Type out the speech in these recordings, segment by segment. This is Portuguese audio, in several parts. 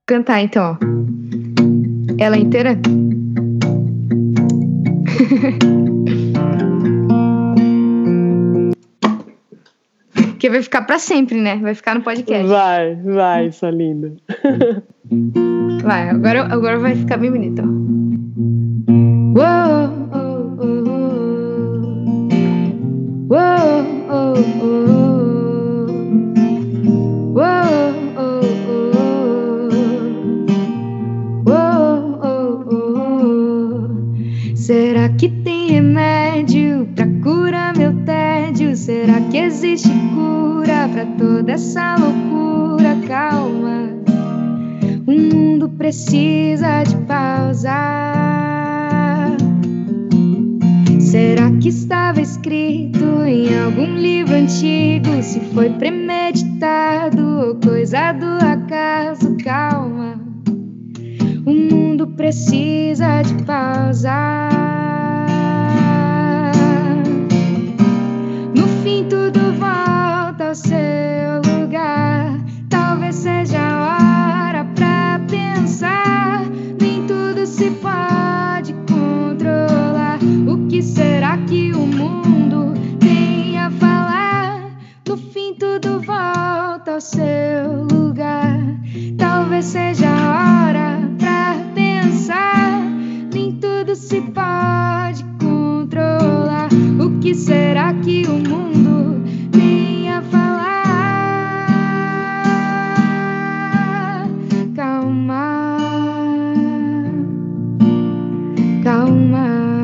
Cantar então, ó. Ela inteira? Porque vai ficar pra sempre, né? Vai ficar no podcast. Vai, sua linda. Vai, agora vai ficar bem bonito, ó. Uou, oh, oh, oh. Uou, oh, oh, oh. Uou, oh, oh, oh. Uou, oh, oh. Será que tem remédio pra curar meu tédio? Será que existe cura pra toda essa loucura? Calma, o mundo precisa de pausa. Será que estava escrito em algum livro antigo? Se foi premeditado ou coisa do acaso? Calma, o mundo precisa de pausa. No fim tudo volta ao seu lugar. Talvez seja a hora pra pensar. Nem tudo se pode controlar. O que será que o mundo tem a falar? No fim tudo volta ao seu lugar. Talvez seja a hora pra pensar. Nem tudo se pode controlar. O que será que o mundo tem a falar? Calma, calma.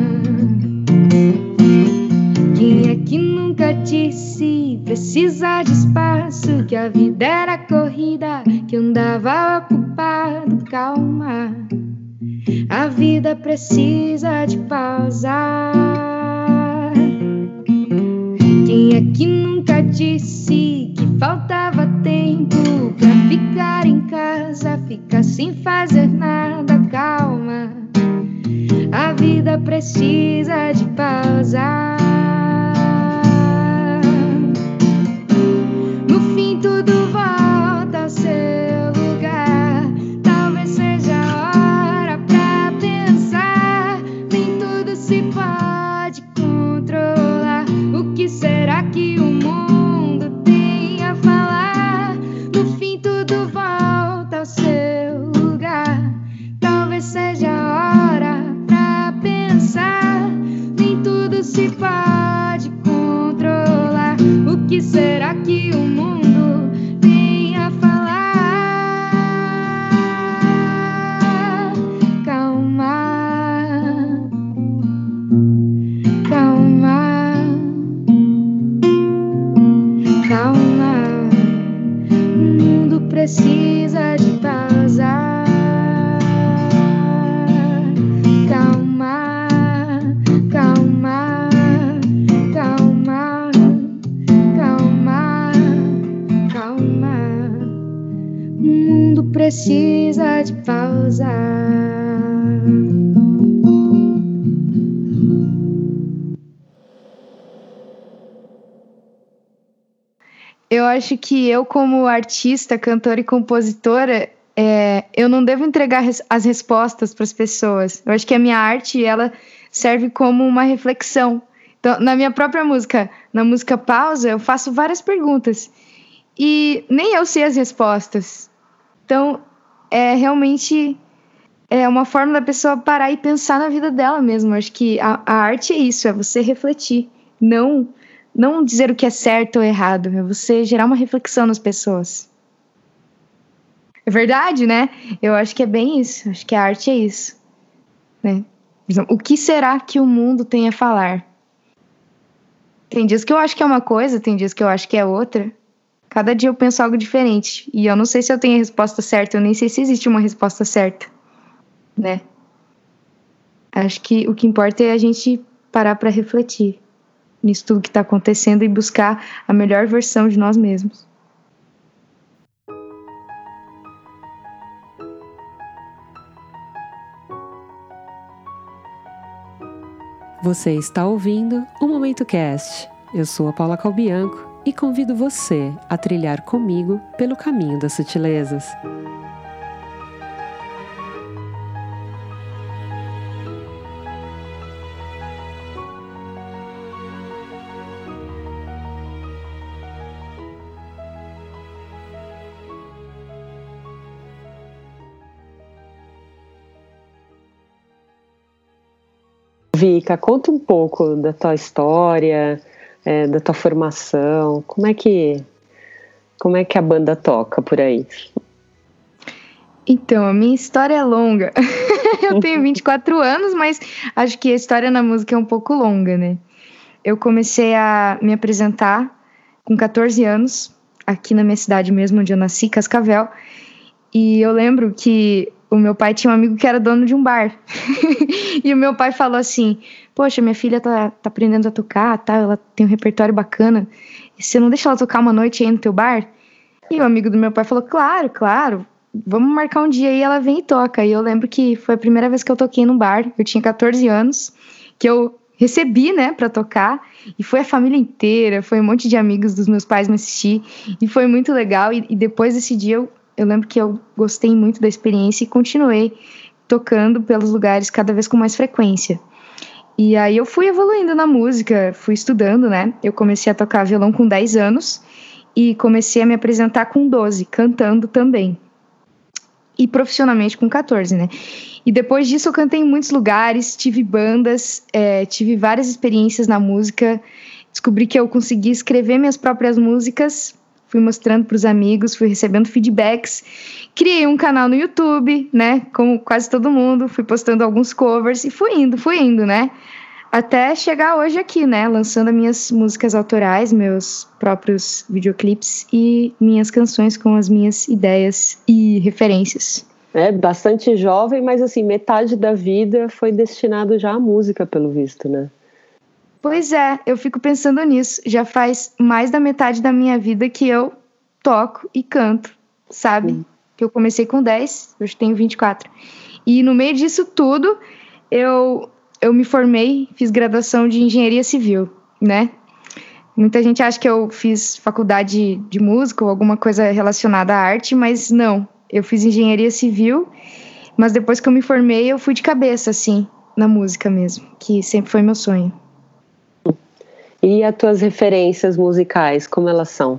Quem é que nunca disse precisa de espaço? Que a vida era corrida, que andava ocupado. Calma, a vida precisa de pausa. Quem é que nunca disse que faltava tempo pra ficar em casa, ficar sem fazer nada? Calma, a vida precisa de pausa. No fim tudo volta ao seu lugar. Talvez seja a hora pra pensar. Nem tudo se pode controlar. O que será que o mundo tem a falar? No fim tudo volta ao seu lugar. Talvez seja a hora pra pensar. Nem tudo se pode controlar. O que será que o mundo tem a falar? Calma, calma, calma. O mundo precisa de pausa. Calma, calma, calma, calma, calma. O mundo precisa de pausa. Eu acho que eu, como artista, cantora e compositora, eu não devo entregar as respostas para as pessoas. Eu acho que a minha arte, ela serve como uma reflexão. Então, na minha própria música, na música Pausa, eu faço várias perguntas. E nem eu sei as respostas. Então, realmente uma forma da pessoa parar e pensar na vida dela mesmo. Eu acho que a arte é isso, é você refletir. Não dizer o que é certo ou errado, é você gerar uma reflexão nas pessoas. É verdade, né? Eu acho que é bem isso. Acho que a arte é isso, né? O que será que o mundo tem a falar? Tem dias que eu acho que é uma coisa, tem dias que eu acho que é outra. Cada dia eu penso algo diferente. E eu não sei se eu tenho a resposta certa, eu nem sei se existe uma resposta certa, né? Acho que o que importa é a gente parar para refletir nisso tudo que está acontecendo e buscar a melhor versão de nós mesmos. Você está ouvindo o Momento Cast. Eu sou a Paula Calbianco e convido você a trilhar comigo pelo caminho das sutilezas. Vika, conta um pouco da tua história, da tua formação. Como é que a banda toca por aí? Então, a minha história é longa. Eu tenho 24 anos, mas acho que a história na música é um pouco longa, né? Eu comecei a me apresentar com 14 anos, aqui na minha cidade mesmo, onde eu nasci, Cascavel. E eu lembro que o meu pai tinha um amigo que era dono de um bar. E o meu pai falou assim: poxa, minha filha tá aprendendo a tocar, tá? Ela tem um repertório bacana. E você não deixa ela tocar uma noite aí no teu bar? E o amigo do meu pai falou: claro. Vamos marcar um dia aí, ela vem e toca. E eu lembro que foi a primeira vez que eu toquei num bar. Eu tinha 14 anos, que eu recebi, né, pra tocar. E foi a família inteira, foi um monte de amigos dos meus pais me assistir. E foi muito legal. E depois desse dia, eu lembro que eu gostei muito da experiência e continuei tocando pelos lugares cada vez com mais frequência. E aí eu fui evoluindo na música, fui estudando, né? Eu comecei a tocar violão com 10 anos e comecei a me apresentar com 12, cantando também. E profissionalmente com 14, né? E depois disso eu cantei em muitos lugares, tive bandas, tive várias experiências na música, descobri que eu conseguia escrever minhas próprias músicas, fui mostrando para os amigos, fui recebendo feedbacks, criei um canal no YouTube, né? Como quase todo mundo, fui postando alguns covers e fui indo, né? Até chegar hoje aqui, né? Lançando as minhas músicas autorais, meus próprios videoclipes e minhas canções com as minhas ideias e referências. É bastante jovem, mas assim, metade da vida foi destinado já à música, pelo visto, né? Pois é, eu fico pensando nisso. Já faz mais da metade da minha vida que eu toco e canto, sabe? Que eu comecei com 10, hoje tenho 24. E no meio disso tudo, eu me formei, fiz graduação de engenharia civil, né? Muita gente acha que eu fiz faculdade de música ou alguma coisa relacionada à arte, mas não. Eu fiz engenharia civil, mas depois que eu me formei, eu fui de cabeça, assim, na música mesmo, que sempre foi meu sonho. E as tuas referências musicais, como elas são?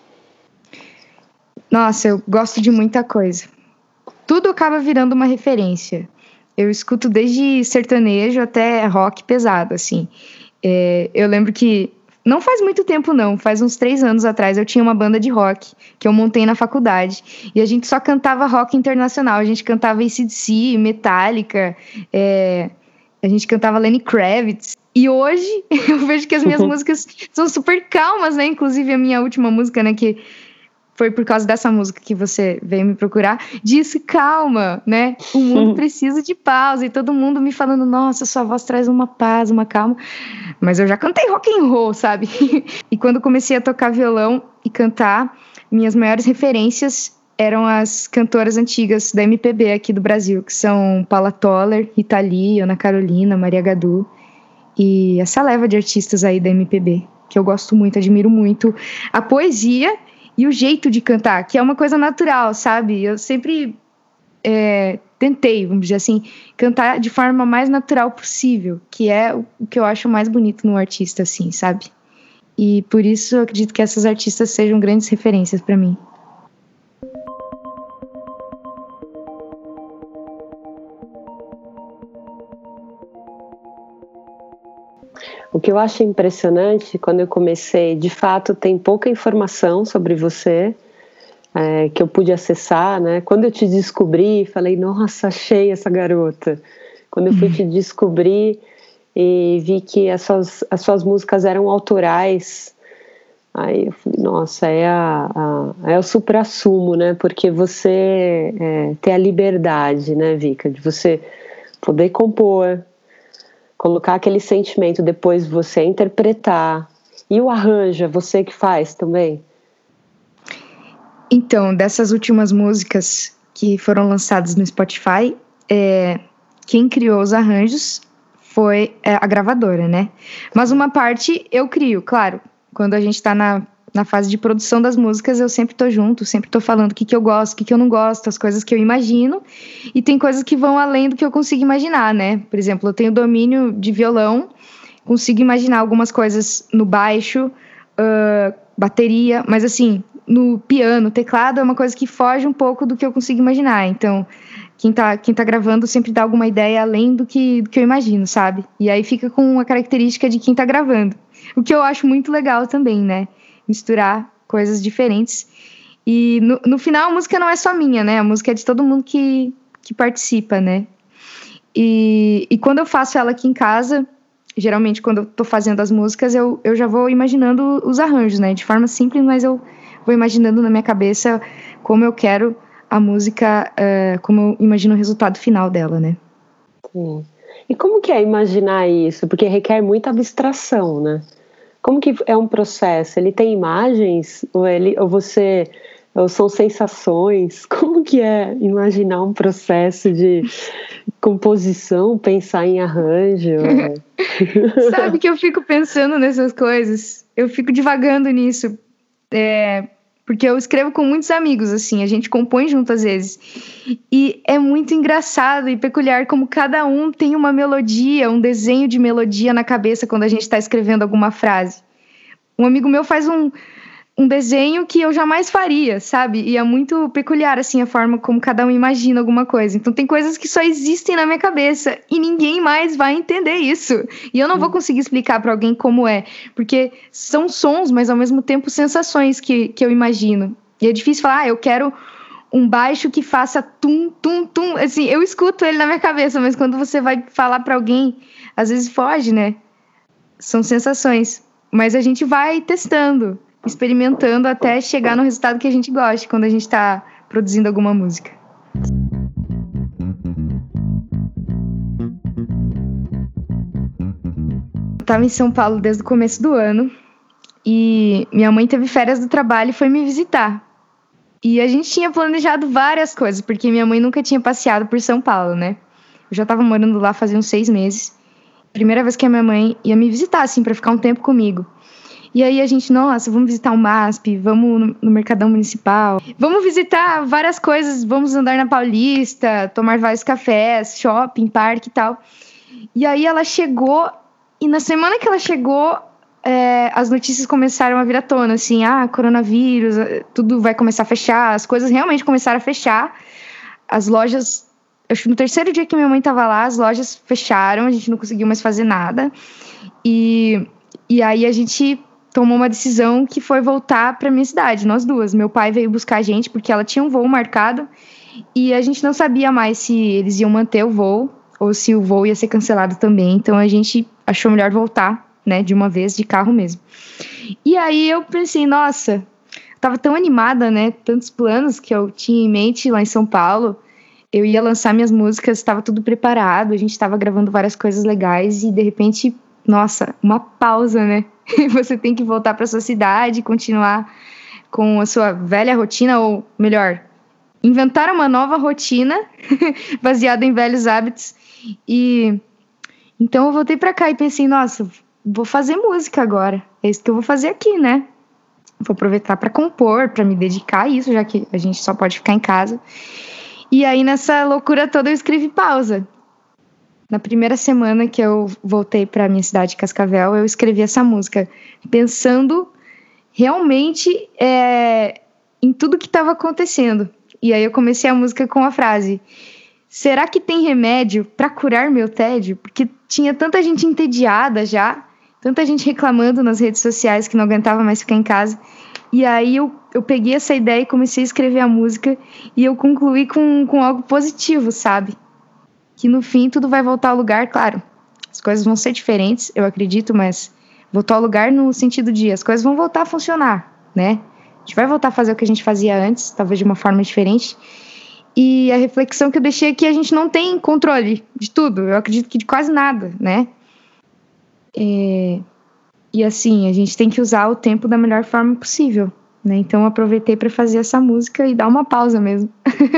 Nossa, eu gosto de muita coisa. Tudo acaba virando uma referência. Eu escuto desde sertanejo até rock pesado, assim. Eu lembro que, não faz muito tempo não, faz uns 3 anos atrás, eu tinha uma banda de rock que eu montei na faculdade. E a gente só cantava rock internacional, a gente cantava AC/DC, Metallica, a gente cantava Lenny Kravitz. E hoje eu vejo que as minhas músicas são super calmas, né? Inclusive a minha última música, né, que foi por causa dessa música que você veio me procurar, disse calma, né? O mundo precisa de pausa. E todo mundo me falando, nossa, sua voz traz uma paz, uma calma. Mas eu já cantei rock and roll, sabe? E quando comecei a tocar violão e cantar, minhas maiores referências eram as cantoras antigas da MPB aqui do Brasil, que são Paula Toller, Rita Lee, Ana Carolina, Maria Gadu. E essa leva de artistas aí da MPB, que eu gosto muito, admiro muito. A poesia e o jeito de cantar, que é uma coisa natural, sabe? Eu sempre tentei, vamos dizer assim, cantar de forma mais natural possível, que é o que eu acho mais bonito no artista, assim, sabe? E por isso eu acredito que essas artistas sejam grandes referências para mim. O que eu acho impressionante, quando eu comecei, de fato, tem pouca informação sobre você, que eu pude acessar, né? Quando eu te descobri, falei, nossa, achei essa garota. Quando eu fui te descobrir e vi que as suas músicas eram autorais, aí eu falei, nossa, é o suprassumo, né? Porque você tem a liberdade, né, Vika, de você poder compor, colocar aquele sentimento, depois você interpretar. E o arranjo, é você que faz também? Então, dessas últimas músicas que foram lançadas no Spotify, quem criou os arranjos foi a gravadora, né? Mas uma parte eu crio, claro. Quando a gente tá na fase de produção das músicas, eu sempre tô junto, sempre tô falando o que eu gosto, o que eu não gosto, as coisas que eu imagino, e tem coisas que vão além do que eu consigo imaginar, né? Por exemplo, eu tenho domínio de violão, consigo imaginar algumas coisas no baixo, bateria, mas assim, no piano, teclado é uma coisa que foge um pouco do que eu consigo imaginar, então quem tá gravando sempre dá alguma ideia além do que eu imagino, sabe? E aí fica com a característica de quem tá gravando. O que eu acho muito legal também, né? Misturar coisas diferentes. E no final a música não é só minha, né? A música é de todo mundo que participa, né? E quando eu faço ela aqui em casa, geralmente quando eu tô fazendo as músicas, eu já vou imaginando os arranjos, né? De forma simples, mas eu vou imaginando na minha cabeça como eu quero a música, como eu imagino o resultado final dela, né? Sim. E como que é imaginar isso? Porque requer muita abstração, né? Como que é um processo? Ele tem imagens? Ou são sensações? Como que é imaginar um processo de composição, pensar em arranjo? Sabe que eu fico pensando nessas coisas? Eu fico divagando nisso. Porque eu escrevo com muitos amigos, assim, a gente compõe junto às vezes. E é muito engraçado e peculiar como cada um tem uma melodia, um desenho de melodia na cabeça quando a gente está escrevendo alguma frase. Um amigo meu faz um desenho que eu jamais faria, sabe? E é muito peculiar, assim, a forma como cada um imagina alguma coisa. Então tem coisas que só existem na minha cabeça e ninguém mais vai entender isso. E eu não vou conseguir explicar para alguém como é, porque são sons, mas ao mesmo tempo sensações que eu imagino. E é difícil falar, eu quero um baixo que faça tum, tum, tum. Assim, eu escuto ele na minha cabeça, mas quando você vai falar para alguém, às vezes foge, né? São sensações. Mas a gente vai testando, experimentando até chegar no resultado que a gente gosta quando a gente está produzindo alguma música. Eu estava em São Paulo desde o começo do ano e minha mãe teve férias do trabalho e foi me visitar. E a gente tinha planejado várias coisas, porque minha mãe nunca tinha passeado por São Paulo, né? Eu já estava morando lá fazia uns 6 meses. Primeira vez que a minha mãe ia me visitar, assim, para ficar um tempo comigo. E aí a gente, nossa, vamos visitar o MASP, vamos no Mercadão Municipal, vamos visitar várias coisas, vamos andar na Paulista, tomar vários cafés, shopping, parque e tal. E aí ela chegou, e na semana que ela chegou, as notícias começaram a vir à tona, assim, coronavírus, tudo vai começar a fechar, as coisas realmente começaram a fechar, as lojas, acho que no terceiro dia que minha mãe estava lá, as lojas fecharam, a gente não conseguiu mais fazer nada, e aí a gente tomou uma decisão que foi voltar para minha cidade, nós duas. Meu pai veio buscar a gente porque ela tinha um voo marcado e a gente não sabia mais se eles iam manter o voo ou se o voo ia ser cancelado também. Então a gente achou melhor voltar, né, de uma vez, de carro mesmo. E aí eu pensei, nossa, tava tão animada, né, tantos planos que eu tinha em mente lá em São Paulo. Eu ia lançar minhas músicas, estava tudo preparado, a gente estava gravando várias coisas legais e de repente, nossa, uma pausa, né? Você tem que voltar para sua cidade, continuar com a sua velha rotina, ou melhor, inventar uma nova rotina baseada em velhos hábitos. E então eu voltei para cá e pensei, nossa, vou fazer música agora. É isso que eu vou fazer aqui, né? Vou aproveitar para compor, para me dedicar a isso, já que a gente só pode ficar em casa. E aí nessa loucura toda eu escrevi Pausa. Na primeira semana que eu voltei para a minha cidade de Cascavel, eu escrevi essa música, pensando realmente em tudo que estava acontecendo. E aí eu comecei a música com a frase: será que tem remédio para curar meu tédio? Porque tinha tanta gente entediada já, tanta gente reclamando nas redes sociais que não aguentava mais ficar em casa. E aí eu peguei essa ideia e comecei a escrever a música e eu concluí com algo positivo, sabe? Que no fim tudo vai voltar ao lugar, claro. As coisas vão ser diferentes, eu acredito, mas voltar ao lugar no sentido de as coisas vão voltar a funcionar, né? A gente vai voltar a fazer o que a gente fazia antes, talvez de uma forma diferente. E a reflexão que eu deixei é que a gente não tem controle de tudo, eu acredito que de quase nada, né? E assim, a gente tem que usar o tempo da melhor forma possível, né? Então eu aproveitei para fazer essa música e dar uma pausa mesmo.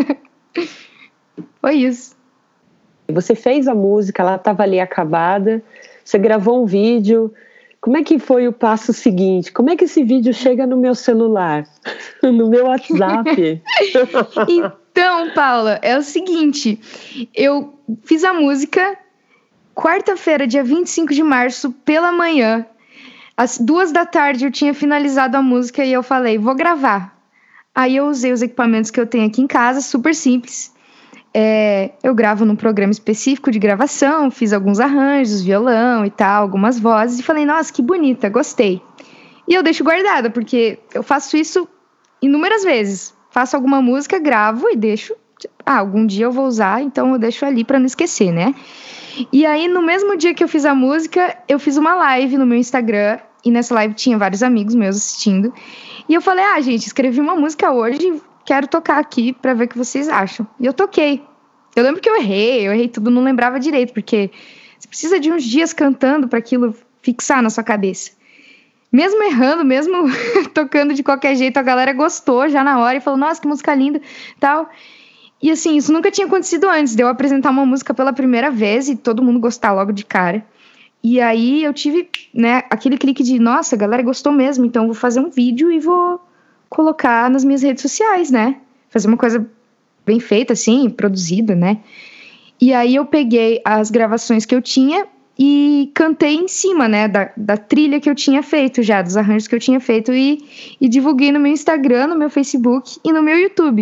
Foi isso. Você fez a música, ela estava ali acabada, você gravou um vídeo. Como é que foi o passo seguinte? Como é que esse vídeo chega no meu celular? No meu WhatsApp? Então, Paula, é o seguinte, eu fiz a música quarta-feira, dia 25 de março, pela manhã. Às 14h eu tinha finalizado a música e eu falei, vou gravar. Aí eu usei os equipamentos que eu tenho aqui em casa, super simples. eu gravo num programa específico de gravação, fiz alguns arranjos, violão e tal, algumas vozes, e falei, nossa, que bonita, gostei. E eu deixo guardada, porque eu faço isso inúmeras vezes. Faço alguma música, gravo e deixo. Algum dia eu vou usar, então eu deixo ali pra não esquecer, né? E aí, no mesmo dia que eu fiz a música, eu fiz uma live no meu Instagram, e nessa live tinha vários amigos meus assistindo. E eu falei, gente, escrevi uma música hoje, quero tocar aqui pra ver o que vocês acham. E eu toquei. Eu lembro que eu errei tudo, não lembrava direito, porque você precisa de uns dias cantando pra aquilo fixar na sua cabeça. Mesmo errando, mesmo tocando de qualquer jeito, a galera gostou já na hora e falou, nossa, que música linda, tal. E assim, isso nunca tinha acontecido antes, de eu apresentar uma música pela primeira vez e todo mundo gostar logo de cara. E aí eu tive, né, aquele clique de, nossa, a galera gostou mesmo, então eu vou fazer um vídeo e vou colocar nas minhas redes sociais, né? Fazer uma coisa bem feita, assim, produzida, né? E aí eu peguei as gravações que eu tinha e cantei em cima, né, da trilha que eu tinha feito já, dos arranjos que eu tinha feito e divulguei no meu Instagram, no meu Facebook e no meu YouTube.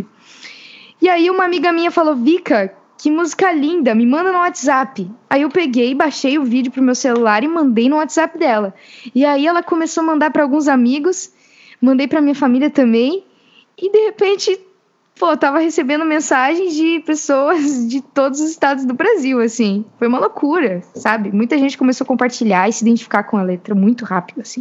E aí uma amiga minha falou, Vika, que música linda, me manda no WhatsApp. Aí eu peguei, baixei o vídeo pro meu celular e mandei no WhatsApp dela. E aí ela começou a mandar para alguns amigos, mandei pra minha família também, e de repente, eu tava recebendo mensagens de pessoas de todos os estados do Brasil, assim. Foi uma loucura, sabe? Muita gente começou a compartilhar e se identificar com a letra muito rápido, assim.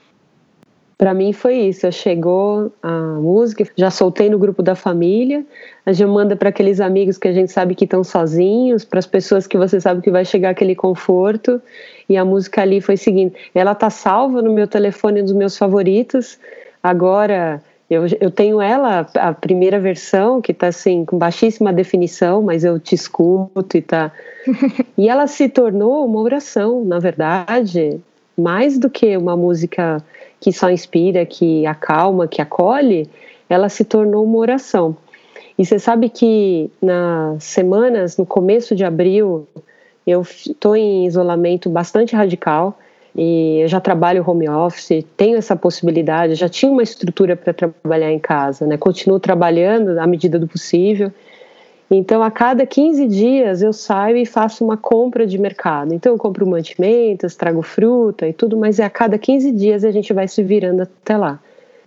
Para mim foi isso, chegou a música, já soltei no grupo da família, a gente manda para aqueles amigos que a gente sabe que estão sozinhos, para as pessoas que você sabe que vai chegar aquele conforto, e a música ali foi seguindo. Ela tá salva no meu telefone, dos meus favoritos, agora eu tenho ela, a primeira versão, que tá assim, com baixíssima definição, mas eu te escuto e tá... E ela se tornou uma oração, na verdade, mais do que uma música que só inspira, que acalma, que acolhe, ela se tornou uma oração. E você sabe que nas semanas, no começo de abril, eu estou em isolamento bastante radical e eu já trabalho home office, tenho essa possibilidade, já tinha uma estrutura para trabalhar em casa, né? Continuo trabalhando à medida do possível. Então, a cada 15 dias eu saio e faço uma compra de mercado. Então, eu compro mantimentos, trago fruta e tudo, mas a cada 15 dias a gente vai se virando até lá.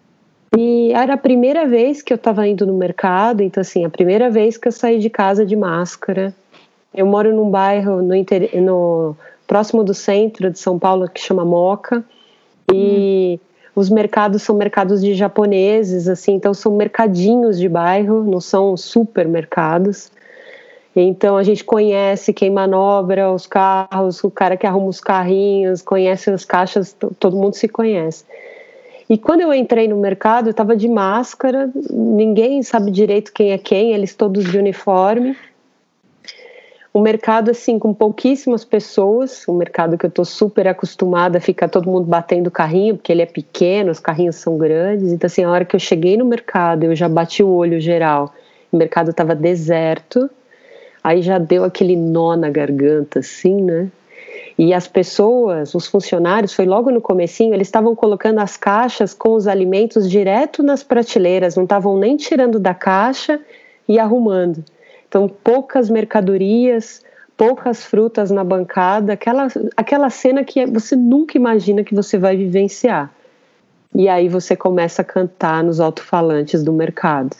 E era a primeira vez que eu estava indo no mercado, então, assim, a primeira vez que eu saí de casa de máscara. Eu moro num bairro no próximo do centro de São Paulo, que chama Moca, e os mercados são mercados de japoneses, assim, então são mercadinhos de bairro, não são supermercados. Então a gente conhece quem manobra os carros, o cara que arruma os carrinhos, conhece as caixas, todo mundo se conhece. E quando eu entrei no mercado, eu estava de máscara, ninguém sabe direito quem é quem, eles todos de uniforme. Um mercado assim com pouquíssimas pessoas, um mercado que eu estou super acostumada, fica todo mundo batendo o carrinho, porque ele é pequeno, os carrinhos são grandes. Então assim, a hora que eu cheguei no mercado, eu já bati o olho geral, o mercado estava deserto, aí já deu aquele nó na garganta assim, né? E as pessoas, os funcionários, foi logo no comecinho, eles estavam colocando as caixas com os alimentos direto nas prateleiras, não estavam nem tirando da caixa e arrumando. Então, poucas mercadorias, poucas frutas na bancada, aquela cena que você nunca imagina que você vai vivenciar. E aí você começa a cantar nos alto-falantes do mercado.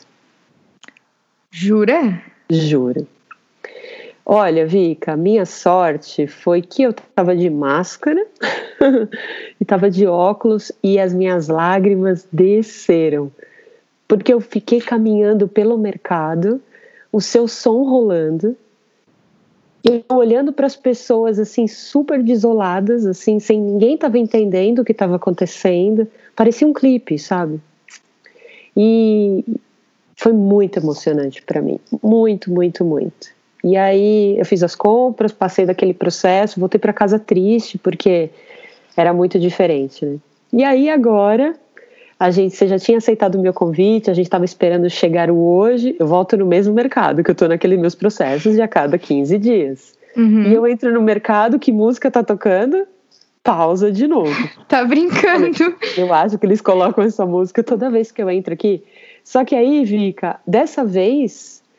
Jura? Juro. Olha, Vika, minha sorte foi que eu estava de máscara e estava de óculos e as minhas lágrimas desceram. Porque eu fiquei caminhando pelo mercado, o seu som rolando, eu olhando para as pessoas assim super desoladas, assim, sem ninguém estava entendendo o que estava acontecendo, parecia um clipe, sabe? E foi muito emocionante para mim, muito, muito, muito. E aí eu fiz as compras, passei daquele processo, voltei para casa triste porque era muito diferente, né? E aí agora você já tinha aceitado o meu convite, a gente estava esperando chegar o hoje, eu volto no mesmo mercado, que eu estou naqueles meus processos de a cada 15 dias. E eu entro no mercado, que música tá tocando? Pausa de novo. Tá brincando. Eu acho que eles colocam essa música toda vez que eu entro aqui. Só que aí, Vika, dessa vez,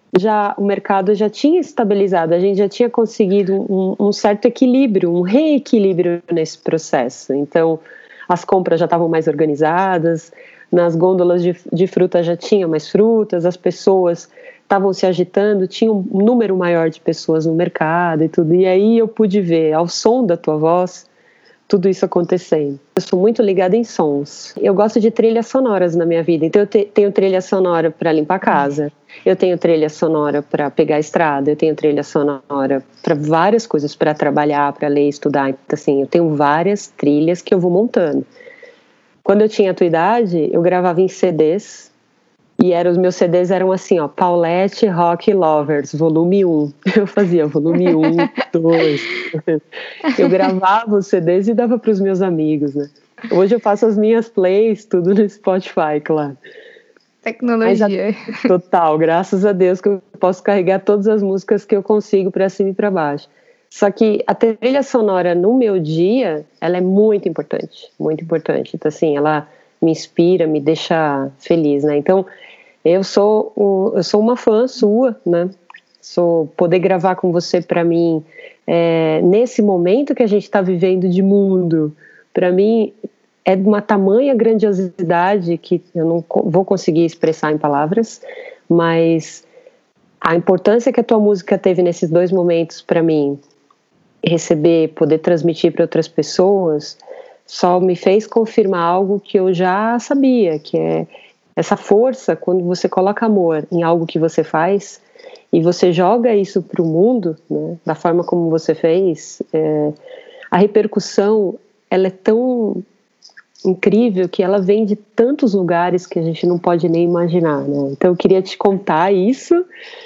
já o mercado já tinha estabilizado, a gente já tinha conseguido um certo equilíbrio, um reequilíbrio nesse processo. Então, as compras já estavam mais organizadas, nas gôndolas de fruta já tinha mais frutas, as pessoas estavam se agitando, tinha um número maior de pessoas no mercado e tudo. E aí eu pude ver, ao som da tua voz, tudo isso acontecendo. Eu sou muito ligada em sons. Eu gosto de trilhas sonoras na minha vida. Então eu tenho trilha sonora para limpar a casa, eu tenho trilha sonora para pegar a estrada, eu tenho trilha sonora para várias coisas, para trabalhar, para ler, estudar. Então, assim, eu tenho várias trilhas que eu vou montando. Quando eu tinha a tua idade, eu gravava em CDs. E os meus CDs eram assim, ó, Paulette Rock Lovers, volume 1. Eu fazia volume 1, 2. Eu gravava os CDs e dava para os meus amigos, né? Hoje eu faço as minhas plays, tudo no Spotify, claro. Tecnologia. Total, graças a Deus que eu posso carregar todas as músicas que eu consigo para cima e para baixo. Só que a trilha sonora no meu dia, ela é muito importante, muito importante. Então, assim, ela me inspira, me deixa feliz, né? Então, eu sou uma fã sua, né? Poder gravar com você, para mim, nesse momento que a gente está vivendo de mundo, para mim é de uma tamanha grandiosidade que eu não vou conseguir expressar em palavras, mas a importância que a tua música teve nesses 2 momentos para mim, receber, poder transmitir para outras pessoas, só me fez confirmar algo que eu já sabia, que é essa força, quando você coloca amor em algo que você faz e você joga isso para o mundo, né, da forma como você fez, a repercussão, ela é tão incrível que ela vem de tantos lugares que a gente não pode nem imaginar, né? Então eu queria te contar isso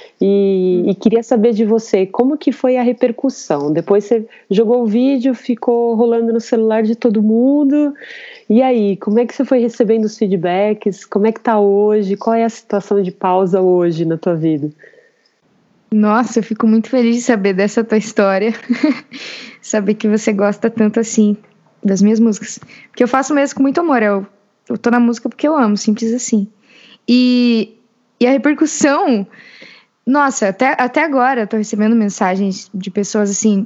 e queria saber de você, como que foi a repercussão? Depois você jogou o vídeo, ficou rolando no celular de todo mundo, e aí, como é que você foi recebendo os feedbacks? Como é que tá hoje? Qual é a situação de pausa hoje na tua vida? Nossa, eu fico muito feliz de saber dessa tua história. Saber que você gosta tanto assim das minhas músicas. Porque eu faço mesmo com muito amor. Eu tô na música porque eu amo, simples assim. E a repercussão... Nossa, até agora eu tô recebendo mensagens de pessoas assim,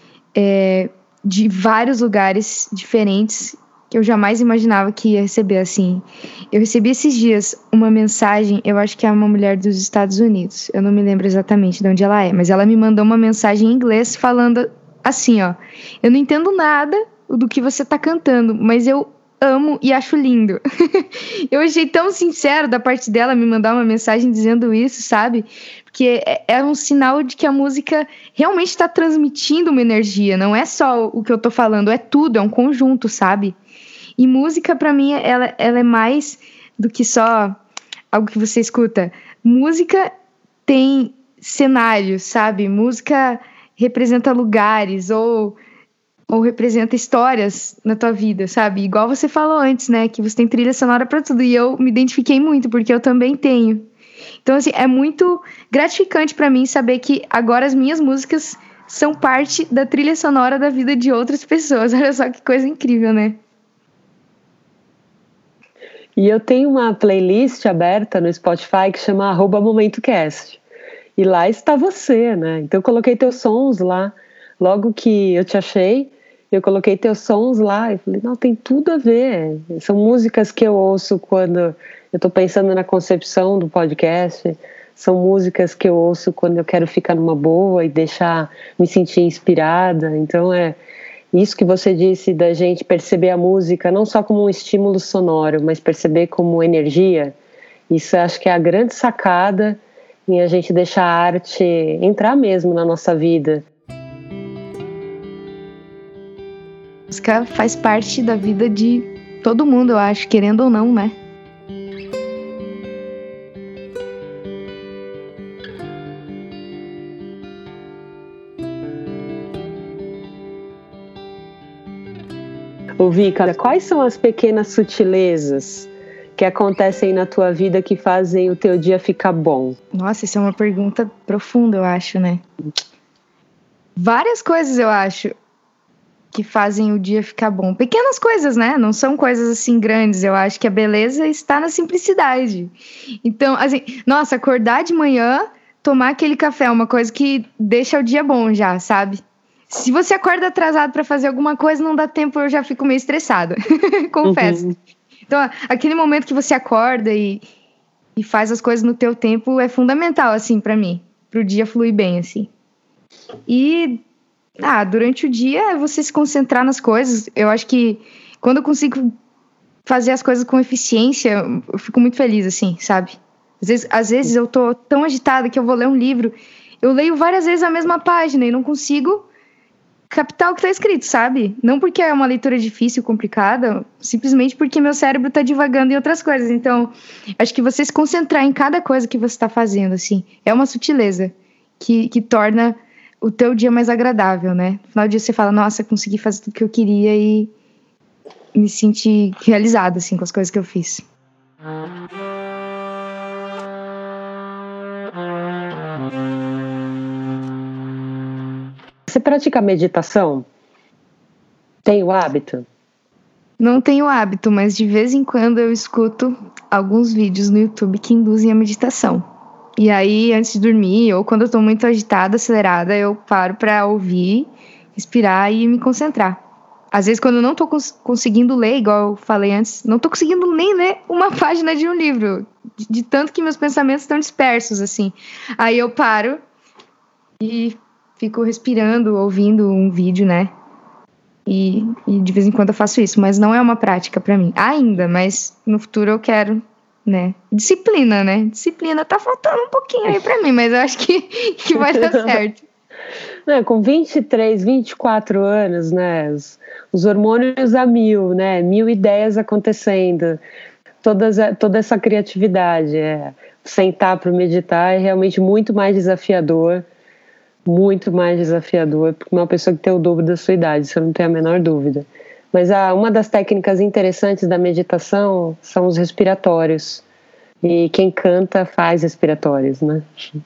de vários lugares diferentes, que eu jamais imaginava que ia receber, assim. Eu recebi esses dias uma mensagem, eu acho que é uma mulher dos Estados Unidos, eu não me lembro exatamente de onde ela é, mas ela me mandou uma mensagem em inglês falando assim, ó: eu não entendo nada do que você tá cantando, mas eu amo e acho lindo. Eu achei tão sincero da parte dela me mandar uma mensagem dizendo isso, sabe? Porque é um sinal de que a música realmente está transmitindo uma energia, não é só o que eu tô falando, é tudo, é um conjunto, sabe? E música, pra mim, ela é mais do que só algo que você escuta. Música tem cenários, sabe? Música representa lugares ou representa histórias na tua vida, sabe? Igual você falou antes, né? Que você tem trilha sonora pra tudo. E eu me identifiquei muito, porque eu também tenho. Então, assim, é muito gratificante pra mim saber que agora as minhas músicas são parte da trilha sonora da vida de outras pessoas. Olha só que coisa incrível, né? E eu tenho uma playlist aberta no Spotify que chama @MomentoCast. E lá está você, né? Então eu coloquei teus sons lá. Logo que eu te achei, eu coloquei teus sons lá. E falei, não, tem tudo a ver. São músicas que eu ouço quando eu estou pensando na concepção do podcast. São músicas que eu ouço quando eu quero ficar numa boa e me sentir inspirada. Então é isso que você disse da gente perceber a música não só como um estímulo sonoro, mas perceber como energia. Isso acho que é a grande sacada em a gente deixar a arte entrar mesmo na nossa vida. A música faz parte da vida de todo mundo, eu acho, querendo ou não, né? Vika, quais são as pequenas sutilezas que acontecem na tua vida que fazem o teu dia ficar bom? Nossa, isso é uma pergunta profunda, eu acho, né? Várias coisas, eu acho, que fazem o dia ficar bom. Pequenas coisas, né? Não são coisas assim grandes. Eu acho que a beleza está na simplicidade. Então, assim, nossa, acordar de manhã, tomar aquele café é uma coisa que deixa o dia bom já, sabe? Se você acorda atrasado pra fazer alguma coisa, não dá tempo, eu já fico meio estressada. Confesso. Uhum. Então, aquele momento que você acorda e faz as coisas no teu tempo é fundamental, assim, pra mim. Pro dia fluir bem, assim. E, durante o dia é você se concentrar nas coisas. Eu acho que quando eu consigo fazer as coisas com eficiência, eu fico muito feliz, assim, sabe? Às vezes eu tô tão agitada que eu vou ler um livro, eu leio várias vezes a mesma página e não consigo captar o que tá escrito, sabe? Não porque é uma leitura difícil, complicada, simplesmente porque meu cérebro tá divagando em outras coisas. Então, acho que você se concentrar em cada coisa que você tá fazendo, assim, é uma sutileza que torna o teu dia mais agradável, né? No final do dia você fala, nossa, consegui fazer tudo que eu queria e me senti realizada, assim, com as coisas que eu fiz. Você pratica meditação? Tem o hábito? Não tenho hábito, mas de vez em quando eu escuto alguns vídeos no YouTube que induzem a meditação. E aí, antes de dormir, ou quando eu tô muito agitada, acelerada, eu paro pra ouvir, respirar e me concentrar. Às vezes, quando eu não tô conseguindo ler, igual eu falei antes, não tô conseguindo nem ler uma página de um livro, de tanto que meus pensamentos estão dispersos, assim. Aí eu paro e fico respirando, ouvindo um vídeo, né? E de vez em quando eu faço isso, mas não é uma prática pra mim ainda, mas no futuro eu quero, né? Disciplina, né? Disciplina tá faltando um pouquinho aí pra mim, mas eu acho que vai dar certo. Com 23, 24 anos, né? Os hormônios a mil, né? 1000 ideias acontecendo, toda essa criatividade. Sentar para meditar é realmente muito mais desafiador, porque uma pessoa que tem o dobro da sua idade, isso eu não tenho a menor dúvida. Mas uma das técnicas interessantes da meditação são os respiratórios. E quem canta faz respiratórios, né?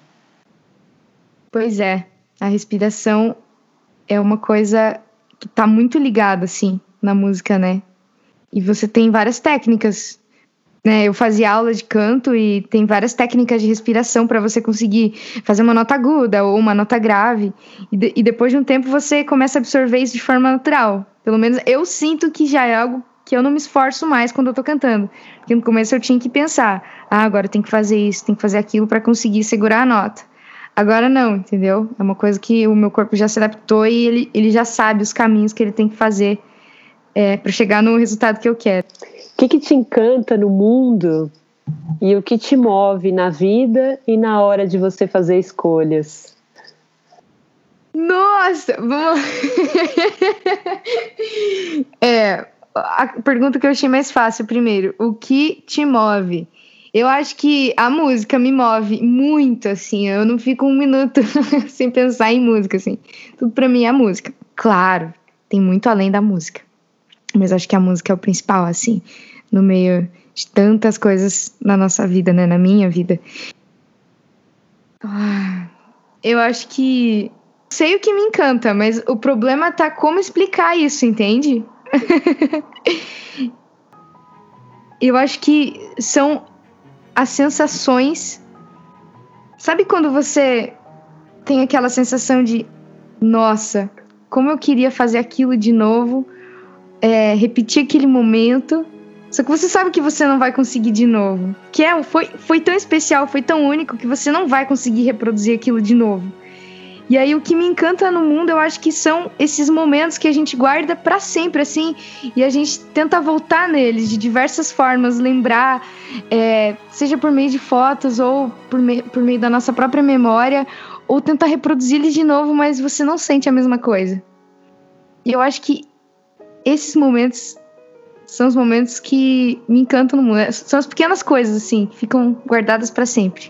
Pois é, a respiração é uma coisa que tá muito ligada, assim, na música, né? E você tem várias técnicas, né? Eu fazia aula de canto e tem várias técnicas de respiração para você conseguir fazer uma nota aguda ou uma nota grave. E depois de um tempo você começa a absorver isso de forma natural. Pelo menos eu sinto que já é algo que eu não me esforço mais quando eu tô cantando. Porque no começo eu tinha que pensar, agora tem que fazer isso, tem que fazer aquilo para conseguir segurar a nota. Agora não, entendeu? É uma coisa que o meu corpo já se adaptou e ele já sabe os caminhos que ele tem que fazer para chegar no resultado que eu quero. O que te encanta no mundo e o que te move na vida e na hora de você fazer escolhas? Nossa! Vamos... a pergunta que eu achei mais fácil primeiro. O que te move? Eu acho que a música me move muito, assim. Eu não fico um minuto sem pensar em música, assim. Tudo pra mim é a música. Claro, tem muito além da música. Mas acho que a música é o principal, assim, no meio de tantas coisas na nossa vida, né? Na minha vida. Eu acho que... sei o que me encanta, mas o problema tá como explicar isso, entende? Eu acho que são as sensações... Sabe quando você tem aquela sensação de... nossa, como eu queria fazer aquilo de novo... repetir aquele momento, só que você sabe que você não vai conseguir de novo, foi tão especial, foi tão único que você não vai conseguir reproduzir aquilo de novo. E aí o que me encanta no mundo, eu acho que são esses momentos que a gente guarda pra sempre, assim, e a gente tenta voltar neles de diversas formas, lembrar, seja por meio de fotos ou por meio da nossa própria memória, ou tentar reproduzir eles de novo, mas você não sente a mesma coisa. E eu acho que esses momentos são os momentos que me encantam no mundo. São as pequenas coisas, assim, que ficam guardadas para sempre.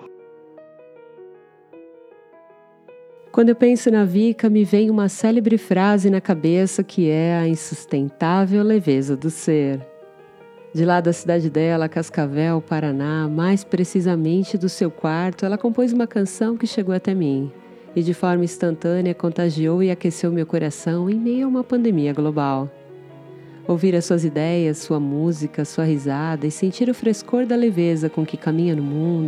Quando eu penso na Vika, me vem uma célebre frase na cabeça que é a insustentável leveza do ser. De lá da cidade dela, Cascavel, Paraná, mais precisamente do seu quarto, ela compôs uma canção que chegou até mim. E de forma instantânea contagiou e aqueceu meu coração em meio a uma pandemia global. Ouvir as suas ideias, sua música, sua risada e sentir o frescor da leveza com que caminha no mundo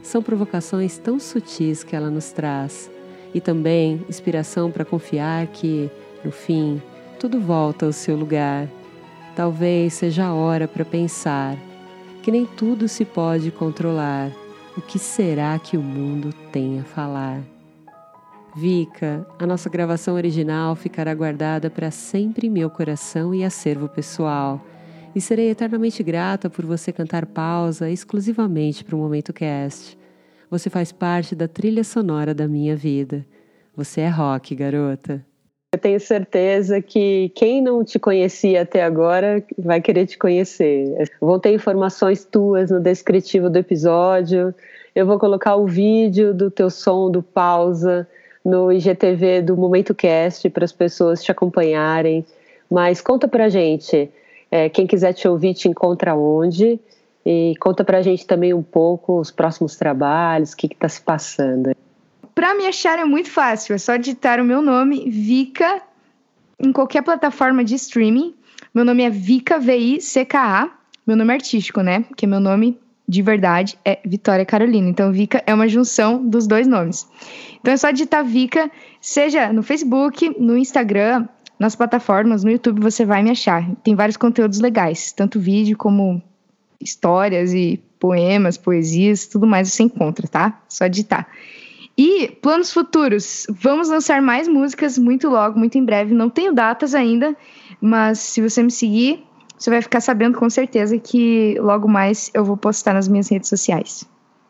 São provocações tão sutis que ela nos traz. E também inspiração para confiar que, no fim, tudo volta ao seu lugar. Talvez seja a hora para pensar que nem tudo se pode controlar. O que será que o mundo tem a falar? Vika, a nossa gravação original ficará guardada para sempre em meu coração e acervo pessoal. E serei eternamente grata por você cantar pausa exclusivamente para o Momento Cast. Você faz parte da trilha sonora da minha vida. Você é rock, garota. Eu tenho certeza que quem não te conhecia até agora vai querer te conhecer. Vão ter informações tuas no descritivo do episódio. Eu vou colocar o vídeo do teu som, do pausa, no IGTV do Momento Cast para as pessoas te acompanharem. Mas conta pra gente, quem quiser te ouvir te encontra onde? E conta pra gente também um pouco os próximos trabalhos, o que está se passando. Para me achar é muito fácil, é só digitar o meu nome, Vika, em qualquer plataforma de streaming. Meu nome é Vika, V-I-C-K-A, meu nome é artístico, né? Porque meu nome de verdade é Vitória Carolina. Então, Vika é uma junção dos dois nomes. Então, é só digitar Vika, seja no Facebook, no Instagram, nas plataformas, no YouTube, você vai me achar. Tem vários conteúdos legais, tanto vídeo como histórias e poemas, poesias, tudo mais você encontra, tá? Só digitar. E planos futuros, vamos lançar mais músicas muito logo, muito em breve. Não tenho datas ainda, mas se você me seguir, você vai ficar sabendo com certeza que logo mais eu vou postar nas minhas redes sociais.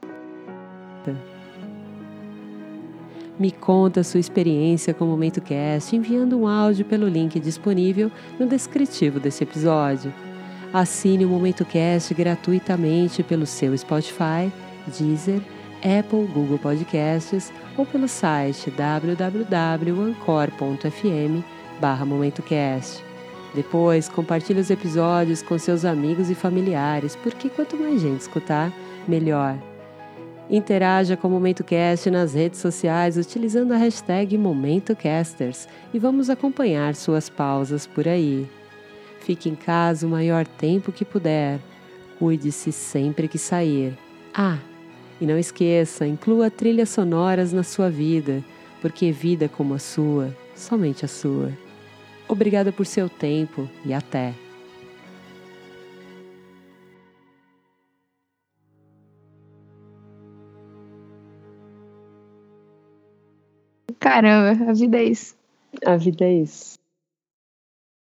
Me conta a sua experiência com o Momento Cast enviando um áudio pelo link disponível no descritivo desse episódio. Assine o Momento Cast gratuitamente pelo seu Spotify, Deezer, Apple, Google Podcasts ou pelo site www.ancor.fm/MomentoCast. Depois, compartilhe os episódios com seus amigos e familiares, porque quanto mais gente escutar, melhor. Interaja com o Momento Cast nas redes sociais utilizando a hashtag MomentoCasters e vamos acompanhar suas pausas por aí. Fique em casa o maior tempo que puder. Cuide-se sempre que sair. E não esqueça, inclua trilhas sonoras na sua vida, porque vida como a sua, somente a sua. Obrigada por seu tempo e até! Caramba, a vida é isso. A vida é isso.